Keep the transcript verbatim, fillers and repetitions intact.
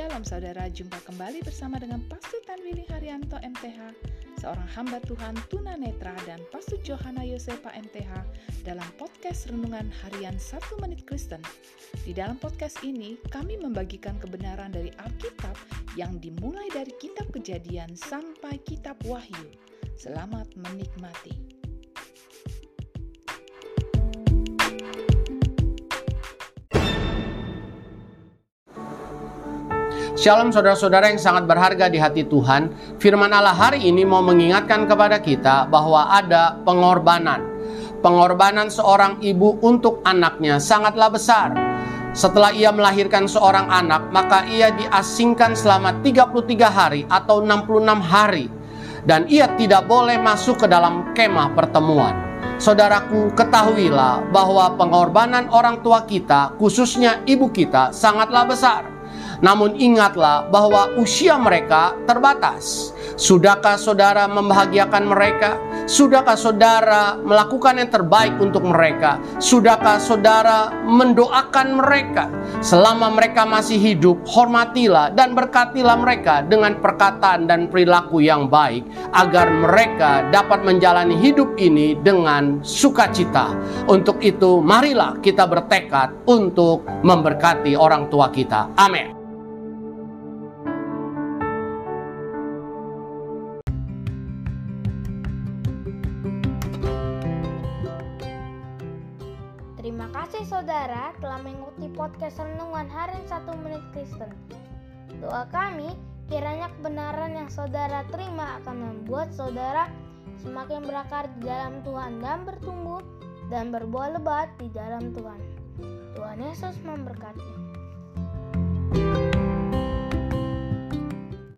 Shalom saudara, jumpa kembali bersama dengan Pastor Tanwili Haryanto M T H, seorang hamba Tuhan tunanetra, dan Pastor Johana Yosepa M T H dalam podcast Renungan Harian satu Menit Kristen. Di dalam podcast ini, kami membagikan kebenaran dari Alkitab yang dimulai dari Kitab Kejadian sampai Kitab Wahyu. Selamat menikmati. Shalom saudara-saudara yang sangat berharga di hati Tuhan. Firman Allah hari ini mau mengingatkan kepada kita bahwa ada pengorbanan. Pengorbanan seorang ibu untuk anaknya sangatlah besar. Setelah ia melahirkan seorang anak, maka ia diasingkan selama tiga puluh tiga hari atau enam puluh enam hari. Dan ia tidak boleh masuk ke dalam kemah pertemuan. Saudaraku, ketahuilah bahwa pengorbanan orang tua kita, khususnya ibu kita, sangatlah besar. Namun ingatlah bahwa usia mereka terbatas. Sudahkah saudara membahagiakan mereka? Sudahkah saudara melakukan yang terbaik untuk mereka? Sudahkah saudara mendoakan mereka? Selama mereka masih hidup, hormatilah dan berkatilah mereka dengan perkataan dan perilaku yang baik, agar mereka dapat menjalani hidup ini dengan sukacita. Untuk itu, marilah kita bertekad untuk memberkati orang tua kita. Amin. Terima kasih saudara telah mengikuti podcast Renungan Harian satu Menit Kristen. Doa kami, kiranya kebenaran yang saudara terima akan membuat saudara semakin berakar di dalam Tuhan dan bertumbuh dan berbuah lebat di dalam Tuhan. Tuhan Yesus memberkati.